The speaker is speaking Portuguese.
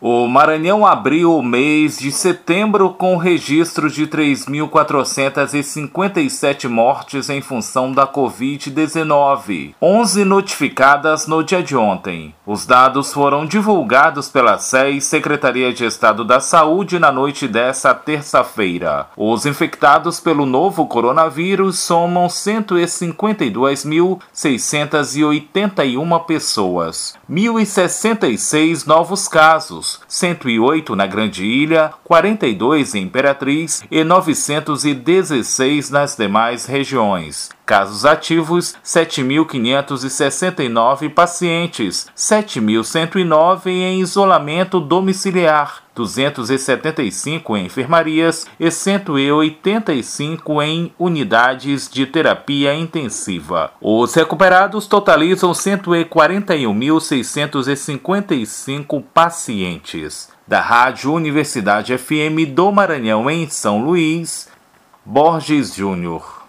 O Maranhão abriu o mês de setembro com registro de 3.457 mortes em função da Covid-19, 11 notificadas no dia de ontem. Os dados foram divulgados pela SES, Secretaria de Estado da Saúde, na noite desta terça-feira. Os infectados pelo novo coronavírus somam 152.681 pessoas, 1.066 novos casos, 108 na Grande Ilha, 42 em Imperatriz e 916 nas demais regiões. Casos ativos, 7.569 pacientes, 7.109 em isolamento domiciliar, 275 em enfermarias e 185 em unidades de terapia intensiva. Os recuperados totalizam 141.655 pacientes. Da Rádio Universidade FM do Maranhão, em São Luís, Borges Júnior.